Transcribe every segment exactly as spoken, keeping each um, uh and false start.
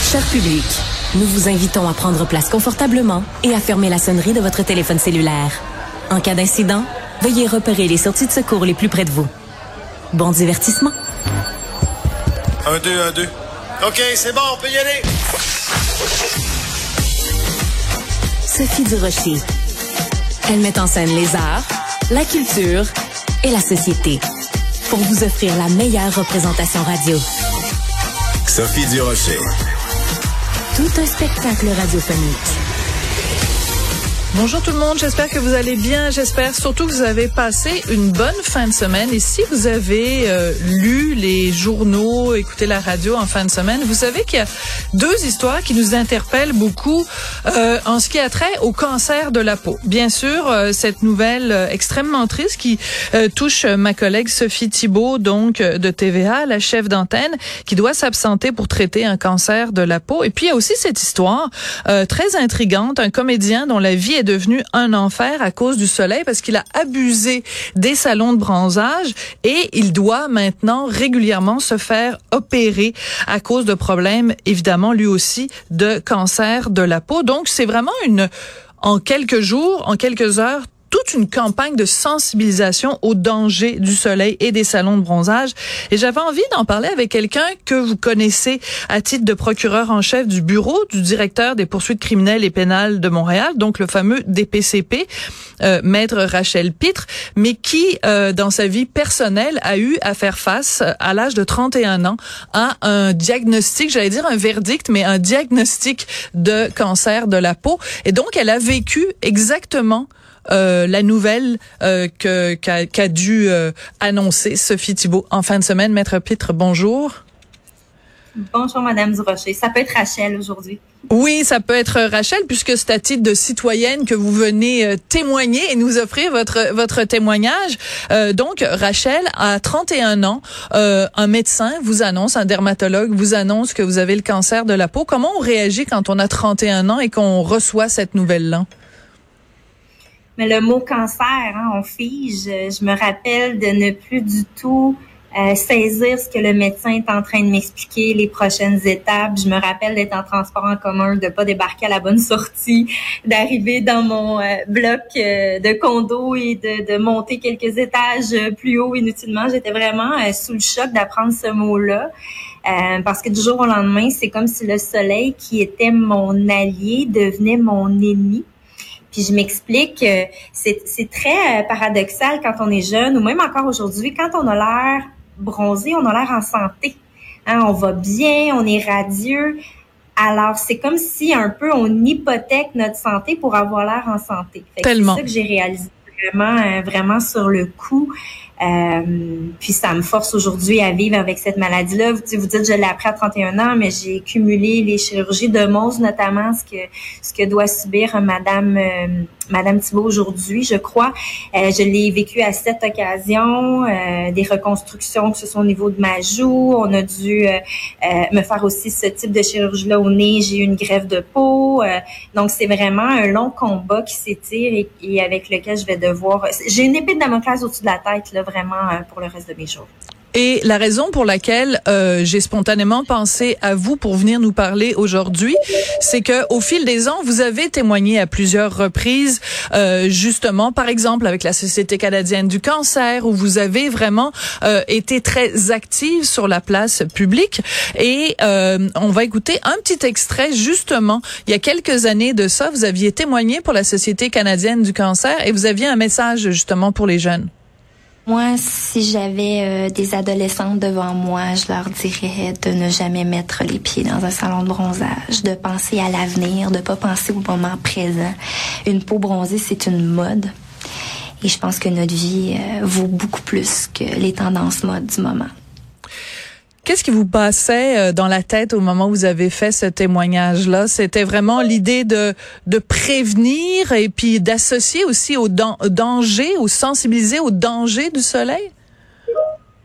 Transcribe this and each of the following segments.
Cher public, nous vous invitons à prendre place confortablement et à fermer la sonnerie de votre téléphone cellulaire. En cas d'incident, veuillez repérer les sorties de secours les plus près de vous. Bon divertissement. Un, deux, un, deux. OK, c'est bon, on peut y aller. Sophie Durocher. Elle met en scène les arts, la culture et la société pour vous offrir la meilleure représentation radio. Sophie Durocher. Tout un spectacle radiophonique. Bonjour tout le monde, j'espère que vous allez bien, j'espère surtout que vous avez passé une bonne fin de semaine et si vous avez euh, lu les journaux, écouté la radio en fin de semaine, vous savez qu'il y a deux histoires qui nous interpellent beaucoup euh, en ce qui a trait au cancer de la peau. Bien sûr, euh, cette nouvelle euh, extrêmement triste qui euh, touche ma collègue Sophie Thibault, donc euh, de T V A, la chef d'antenne, qui doit s'absenter pour traiter un cancer de la peau. Et puis il y a aussi cette histoire euh, très intrigante, un comédien dont la vie est devenu un enfer à cause du soleil parce qu'il a abusé des salons de bronzage et il doit maintenant régulièrement se faire opérer à cause de problèmes, évidemment, lui aussi, de cancer de la peau. Donc, c'est vraiment une, en quelques jours, en quelques heures, toute une campagne de sensibilisation aux dangers du soleil et des salons de bronzage. Et j'avais envie d'en parler avec quelqu'un que vous connaissez à titre de procureur en chef du bureau du directeur des poursuites criminelles et pénales de Montréal, donc le fameux D P C P, euh, maître Rachel Pitre, mais qui, euh, dans sa vie personnelle, a eu à faire face, à l'âge de trente et un ans, à un diagnostic, j'allais dire un verdict, mais un diagnostic de cancer de la peau. Et donc, elle a vécu exactement Euh, la nouvelle euh, que qu'a, qu'a dû euh, annoncer Sophie Thibault en fin de semaine. Maître Pitre, bonjour. Bonjour, Madame Durocher. Ça peut être Rachel aujourd'hui. Oui, ça peut être Rachel, puisque c'est à titre de citoyenne que vous venez euh, témoigner et nous offrir votre votre témoignage. Euh, donc, Rachel, à trente et un ans, euh, un médecin vous annonce, un dermatologue vous annonce que vous avez le cancer de la peau. Comment on réagit quand on a trente et un ans et qu'on reçoit cette nouvelle-là? Mais le mot cancer, hein, on fige. Je me rappelle de ne plus du tout euh, saisir ce que le médecin est en train de m'expliquer, les prochaines étapes. Je me rappelle d'être en transport en commun, de pas débarquer à la bonne sortie, d'arriver dans mon euh, bloc euh, de condo et de, de monter quelques étages plus haut inutilement. J'étais vraiment euh, sous le choc d'apprendre ce mot-là. Euh, parce que du jour au lendemain, c'est comme si le soleil, qui était mon allié, devenait mon ennemi. Puis je m'explique, euh, c'est, c'est très euh, paradoxal quand on est jeune, ou même encore aujourd'hui, quand on a l'air bronzé, on a l'air en santé. Hein, on va bien, on est radieux. Alors, c'est comme si un peu on hypothèque notre santé pour avoir l'air en santé. Fait que Tellement. C'est ça que j'ai réalisé vraiment, euh, vraiment sur le coup. Euh, puis ça me force aujourd'hui à vivre avec cette maladie-là. Vous, vous dites, je l'ai appris à trente et un ans, mais j'ai cumulé les chirurgies de Mohs, notamment ce que ce que doit subir Madame euh, Madame Thibault aujourd'hui, je crois. Euh, je l'ai vécu à sept occasions, euh, des reconstructions, que ce soit au niveau de ma joue. On a dû euh, euh, me faire aussi ce type de chirurgie-là au nez. J'ai eu une greffe de peau. Euh, donc, c'est vraiment un long combat qui s'étire et, et avec lequel je vais devoir... J'ai une épée de Damoclès au-dessus de la tête, là, vraiment, euh, pour le reste de mes jours. Et la raison pour laquelle euh, j'ai spontanément pensé à vous pour venir nous parler aujourd'hui, c'est que au fil des ans, vous avez témoigné à plusieurs reprises, euh, justement, par exemple avec la Société canadienne du cancer, où vous avez vraiment euh, été très active sur la place publique. Et euh, on va écouter un petit extrait, justement. Il y a quelques années de ça, vous aviez témoigné pour la Société canadienne du cancer et vous aviez un message, justement, pour les jeunes. Moi, si j'avais euh, des adolescentes devant moi, je leur dirais de ne jamais mettre les pieds dans un salon de bronzage, de penser à l'avenir, de pas penser au moment présent. Une peau bronzée, c'est une mode. Et je pense que notre vie euh, vaut beaucoup plus que les tendances mode du moment. Qu'est-ce qui vous passait dans la tête au moment où vous avez fait ce témoignage-là? C'était vraiment l'idée de de prévenir et puis d'associer aussi au dan- danger, ou sensibiliser au danger du soleil?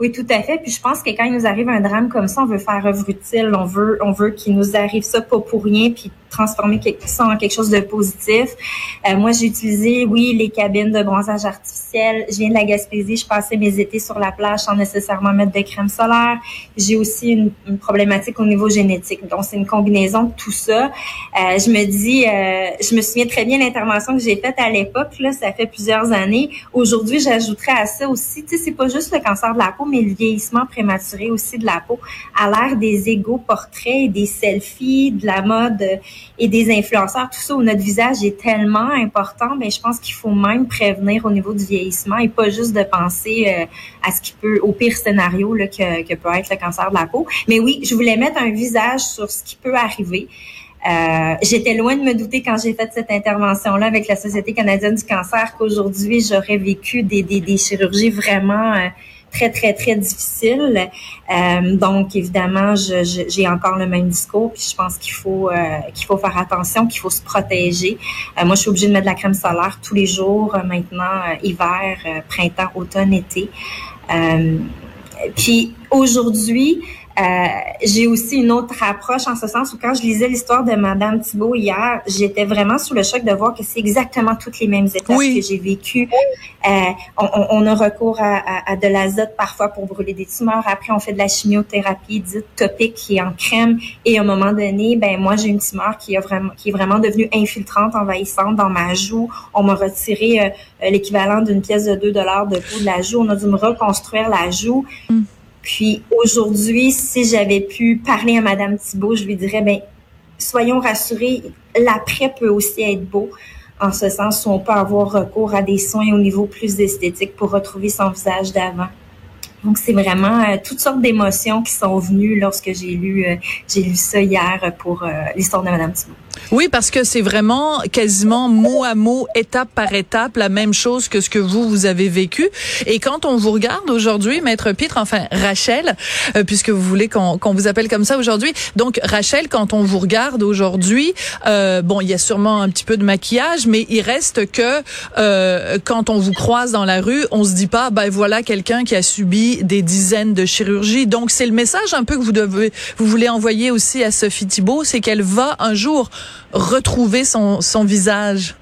Oui, tout à fait. Puis je pense que quand il nous arrive un drame comme ça, on veut faire œuvre utile, on veut, on veut qu'il nous arrive ça pas pour rien, puis transformer ça en quelque chose de positif. Euh, moi, j'ai utilisé, oui, les cabines de bronzage artificiel. Je viens de la Gaspésie, je passais mes étés sur la plage sans nécessairement mettre de crème solaire. J'ai aussi une, une problématique au niveau génétique. Donc, c'est une combinaison de tout ça. Euh, je me dis, euh, je me souviens très bien de l'intervention que j'ai faite à l'époque, là, ça fait plusieurs années. Aujourd'hui, j'ajouterais à ça aussi, tu sais, c'est pas juste le cancer de la peau, mais le vieillissement prématuré aussi de la peau. À l'ère des égaux portraits, des selfies, de la mode et des influenceurs, tout ça où notre visage est tellement important, ben je pense qu'il faut même prévenir au niveau du vieillissement et pas juste de penser euh, à ce qui peut, au pire scénario là, que, que peut être le cancer de la peau. Mais oui, je voulais mettre un visage sur ce qui peut arriver. Euh, j'étais loin de me douter quand j'ai fait cette intervention-là avec la Société canadienne du cancer qu'aujourd'hui, j'aurais vécu des, des, des chirurgies vraiment euh, très, très, très difficiles. Euh, donc, évidemment, je, je, j'ai encore le même discours, puis je pense qu'il faut euh, qu'il faut faire attention, qu'il faut se protéger. Euh, moi, je suis obligée de mettre de la crème solaire tous les jours, euh, maintenant, euh, hiver, euh, printemps, automne, été. Euh, puis, aujourd'hui, Euh, j'ai aussi une autre approche en ce sens où quand je lisais l'histoire de Madame Thibault hier, j'étais vraiment sous le choc de voir que c'est exactement toutes les mêmes étapes oui. que j'ai vécues. Euh, on, on a recours à, à, à de l'azote parfois pour brûler des tumeurs. Après, on fait de la chimiothérapie dite topique qui est en crème. Et à un moment donné, ben moi j'ai une tumeur qui a vraiment qui est vraiment devenue infiltrante, envahissante dans ma joue. On m'a retiré euh, l'équivalent d'une pièce de deux dollars de peau de la joue. On a dû me reconstruire la joue. Mm. Puis aujourd'hui, si j'avais pu parler à Madame Thibault, je lui dirais, ben, soyons rassurés, l'après peut aussi être beau, en ce sens où on peut avoir recours à des soins au niveau plus esthétique pour retrouver son visage d'avant. Donc, c'est vraiment euh, toutes sortes d'émotions qui sont venues lorsque j'ai lu euh, j'ai lu ça hier pour euh, l'histoire de Madame Thibault. Oui, parce que c'est vraiment quasiment mot à mot, étape par étape, la même chose que ce que vous, vous avez vécu. Et quand on vous regarde aujourd'hui, Maître Pitre, enfin Rachel, euh, puisque vous voulez qu'on, qu'on vous appelle comme ça aujourd'hui. Donc, Rachel, quand on vous regarde aujourd'hui, euh, bon, il y a sûrement un petit peu de maquillage, mais il reste que euh, quand on vous croise dans la rue, on se dit pas, ben voilà quelqu'un qui a subi des dizaines de chirurgies. Donc, c'est le message un peu que vous devez, vous voulez envoyer aussi à Sophie Thibault, c'est qu'elle va un jour retrouver son, son visage.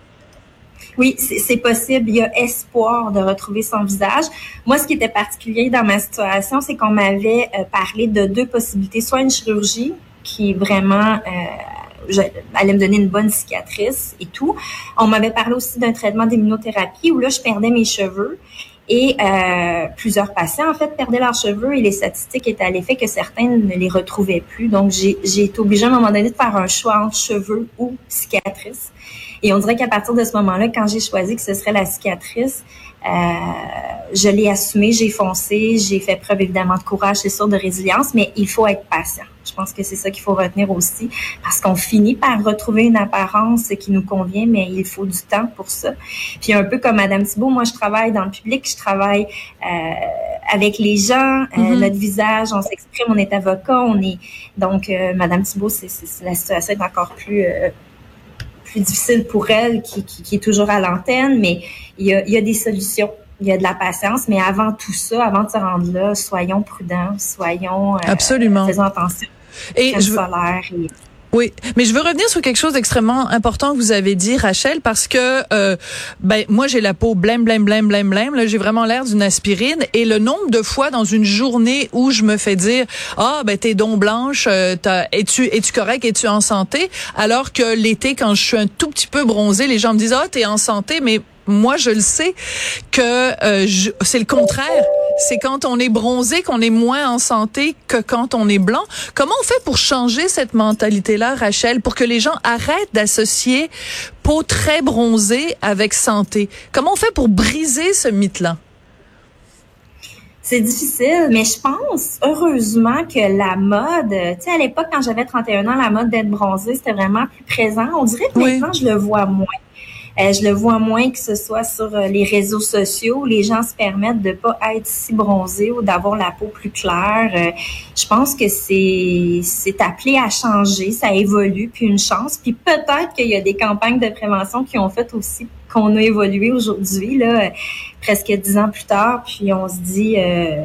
Oui, c'est, c'est possible. Il y a espoir de retrouver son visage. Moi, ce qui était particulier dans ma situation, c'est qu'on m'avait euh, parlé de deux possibilités. Soit une chirurgie qui vraiment euh, je, allait me donner une bonne cicatrice et tout. On m'avait parlé aussi d'un traitement d'immunothérapie où là, je perdais mes cheveux. Et euh, plusieurs patients, en fait, perdaient leurs cheveux et les statistiques étaient à l'effet que certains ne les retrouvaient plus. Donc, j'ai, j'ai été obligée à un moment donné de faire un choix entre cheveux ou cicatrice. Et on dirait qu'à partir de ce moment-là, quand j'ai choisi que ce serait la cicatrice, euh, je l'ai assumé, j'ai foncé, j'ai fait preuve évidemment de courage, c'est sûr, de résilience, mais il faut être patient. Je pense que c'est ça qu'il faut retenir aussi, parce qu'on finit par retrouver une apparence qui nous convient, mais il faut du temps pour ça. Puis un peu comme Madame Thibault, moi je travaille dans le public, je travaille euh, avec les gens, euh, mm-hmm. notre visage, on s'exprime, on est avocat, on est donc euh, Madame Thibault, c'est, c'est, c'est la situation est encore plus euh, plus difficile pour elle, qui, qui, qui est toujours à l'antenne, mais il y a, il y a des solutions. Il y a de la patience, mais avant tout ça, avant de se rendre là, soyons prudents, soyons... Euh, Absolument. Faisons attention. Et je veux... solaire et... Oui, mais je veux revenir sur quelque chose d'extrêmement important que vous avez dit, Rachel, parce que euh, ben moi j'ai la peau blême, blême, blême, blême, blême. Là, j'ai vraiment l'air d'une aspirine. Et le nombre de fois dans une journée où je me fais dire ah ben t'es donc blanche, euh, t'as, es-tu es-tu correct, es-tu en santé, alors que l'été quand je suis un tout petit peu bronzée, les gens me disent ah t'es en santé, mais moi, je le sais que euh, je, c'est le contraire. C'est quand on est bronzé qu'on est moins en santé que quand on est blanc. Comment on fait pour changer cette mentalité-là, Rachel, pour que les gens arrêtent d'associer peau très bronzée avec santé? Comment on fait pour briser ce mythe-là? C'est difficile, mais je pense, heureusement, que la mode, tu sais, à l'époque, quand j'avais trente et un ans, la mode d'être bronzée, c'était vraiment plus présent. On dirait que maintenant, oui. je le vois moins. Euh, je le vois moins que ce soit sur euh, les réseaux sociaux. Les gens se permettent de pas être si bronzés ou d'avoir la peau plus claire. Euh, je pense que c'est c'est appelé à changer, ça évolue, puis une chance. Puis peut-être qu'il y a des campagnes de prévention qui ont fait aussi qu'on a évolué aujourd'hui, là, presque dix ans plus tard. Puis on se dit... Euh,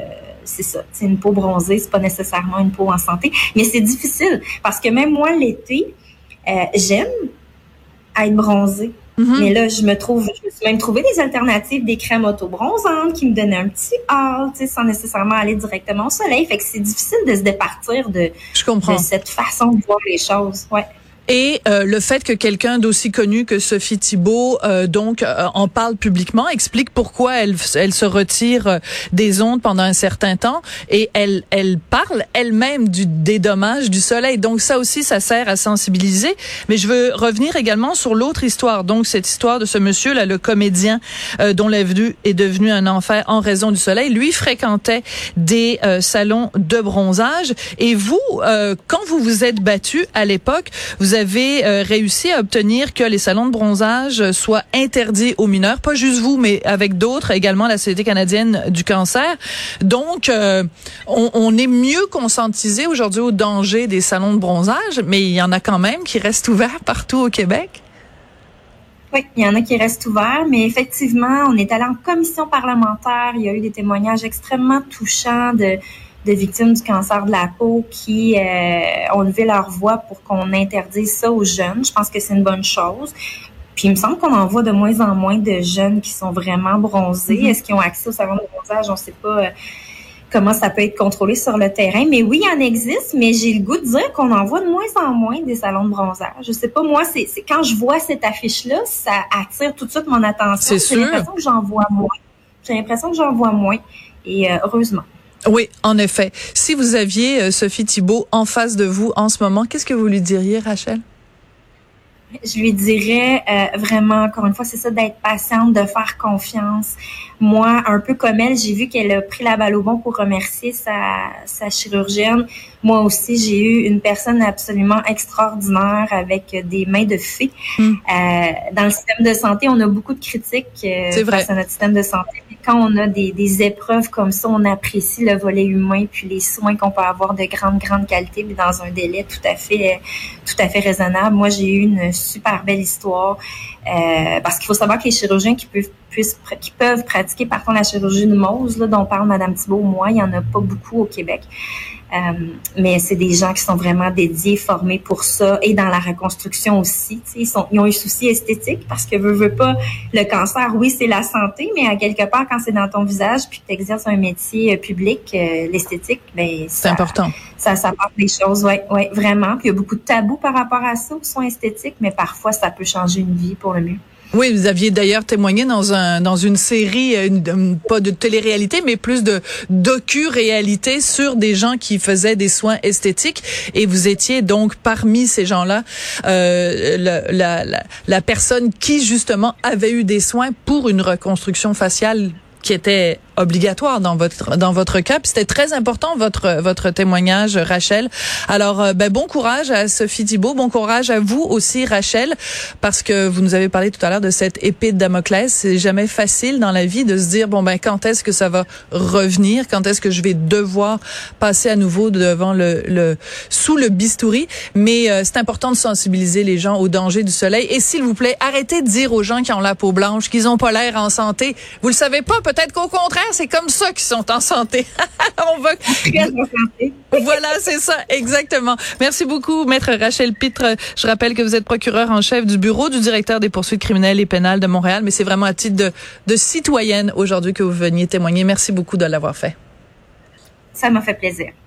c'est ça. C'est une peau bronzée, c'est pas nécessairement une peau en santé. Mais c'est difficile parce que même moi, l'été, euh, j'aime être bronzée. Mm-hmm. Mais là, je me trouve, je me suis même trouvé des alternatives, des crèmes auto-bronzantes qui me donnaient un petit hâle, tu sais, sans nécessairement aller directement au soleil. Fait que c'est difficile de se départir de, je comprends. de cette façon de voir les choses. Ouais. Et euh, le fait que quelqu'un d'aussi connu que Sophie Thibault euh, donc euh, en parle publiquement explique pourquoi elle elle se retire des ondes pendant un certain temps et elle elle parle elle-même du des dommages du soleil. Donc ça aussi ça sert à sensibiliser, mais je veux revenir également sur l'autre histoire. Donc cette histoire de ce monsieur là, le comédien euh, dont la vue est devenue un enfer en raison du soleil. Lui fréquentait des euh, salons de bronzage et vous euh, quand vous vous êtes battu à l'époque, vous avez avez euh, réussi à obtenir que les salons de bronzage soient interdits aux mineurs, pas juste vous, mais avec d'autres, également la Société canadienne du cancer. Donc, euh, on, on est mieux conscientisé aujourd'hui au danger des salons de bronzage, mais il y en a quand même qui restent ouverts partout au Québec. Oui, il y en a qui restent ouverts, mais effectivement, on est allé en commission parlementaire. Il y a eu des témoignages extrêmement touchants de de victimes du cancer de la peau qui euh, ont levé leur voix pour qu'on interdise ça aux jeunes. Je pense que c'est une bonne chose. Puis il me semble qu'on en voit de moins en moins de jeunes qui sont vraiment bronzés. Mm-hmm. Est-ce qu'ils ont accès au salon de bronzage? On ne sait pas euh, comment ça peut être contrôlé sur le terrain. Mais oui, il en existe, mais j'ai le goût de dire qu'on en voit de moins en moins des salons de bronzage. Je sais pas, moi, c'est, c'est quand je vois cette affiche-là, ça attire tout de suite mon attention. C'est J'ai sûr. l'impression que j'en vois moins. J'ai l'impression que j'en vois moins. Et euh, heureusement. Oui, en effet. Si vous aviez euh, Sophie Thibault en face de vous en ce moment, qu'est-ce que vous lui diriez, Rachel? Je lui dirais euh, vraiment, encore une fois, c'est ça, d'être patiente, de faire confiance. Moi, un peu comme elle, j'ai vu qu'elle a pris la balle au bon pour remercier sa, sa chirurgienne. Moi aussi, j'ai eu une personne absolument extraordinaire avec des mains de fée. Mm. Euh, dans le système de santé, on a beaucoup de critiques euh, face à notre système de santé. Mais quand on a des, des épreuves comme ça, on apprécie le volet humain puis les soins qu'on peut avoir de grande, grande qualité, mais dans un délai tout à fait, tout à fait raisonnable. Moi, j'ai eu une super belle histoire euh, parce qu'il faut savoir que les chirurgiens qui peuvent puissent, qui peuvent pratiquer pardon, la chirurgie de Mohs, là, dont parle Mme Thibault, moi, il n'y en a pas beaucoup au Québec. Euh, mais c'est des gens qui sont vraiment dédiés, formés pour ça, et dans la reconstruction aussi. Ils, sont, ils ont un souci esthétique parce que veux, veux pas, le cancer, oui, c'est la santé, mais à quelque part, quand c'est dans ton visage puis que tu exerces un métier public, euh, l'esthétique, ben ça, c'est important. Ça, ça apporte des choses, ouais, ouais, vraiment. Puis il y a beaucoup de tabous par rapport à ça, aux soins esthétiques, mais parfois, ça peut changer une vie pour le mieux. Oui, vous aviez d'ailleurs témoigné dans un dans une série, une, pas de télé-réalité, mais plus de docu-réalité sur des gens qui faisaient des soins esthétiques, et vous étiez donc parmi ces gens-là euh, la, la, la, la personne qui justement avait eu des soins pour une reconstruction faciale qui était obligatoire dans votre dans votre cas. Puis c'était très important votre votre témoignage, Rachel. Alors euh, ben bon courage à Sophie Thibault, bon courage à vous aussi, Rachel, parce que vous nous avez parlé tout à l'heure de cette épée de Damoclès. C'est jamais facile dans la vie de se dire bon ben quand est-ce que ça va revenir, quand est-ce que je vais devoir passer à nouveau devant le le sous le bistouri. Mais euh, c'est important de sensibiliser les gens au danger du soleil. Et s'il vous plaît, arrêtez de dire aux gens qui ont la peau blanche qu'ils ont pas l'air en santé. Vous le savez pas, peut-être qu'au contraire c'est comme ça qu'ils sont en santé. On va. Voilà, c'est ça, exactement. Merci beaucoup, Maître Rachel Pitre. Je rappelle que vous êtes procureure en chef du bureau du directeur des poursuites criminelles et pénales de Montréal, mais c'est vraiment à titre de, de citoyenne aujourd'hui que vous veniez témoigner. Merci beaucoup de l'avoir fait. Ça m'a fait plaisir.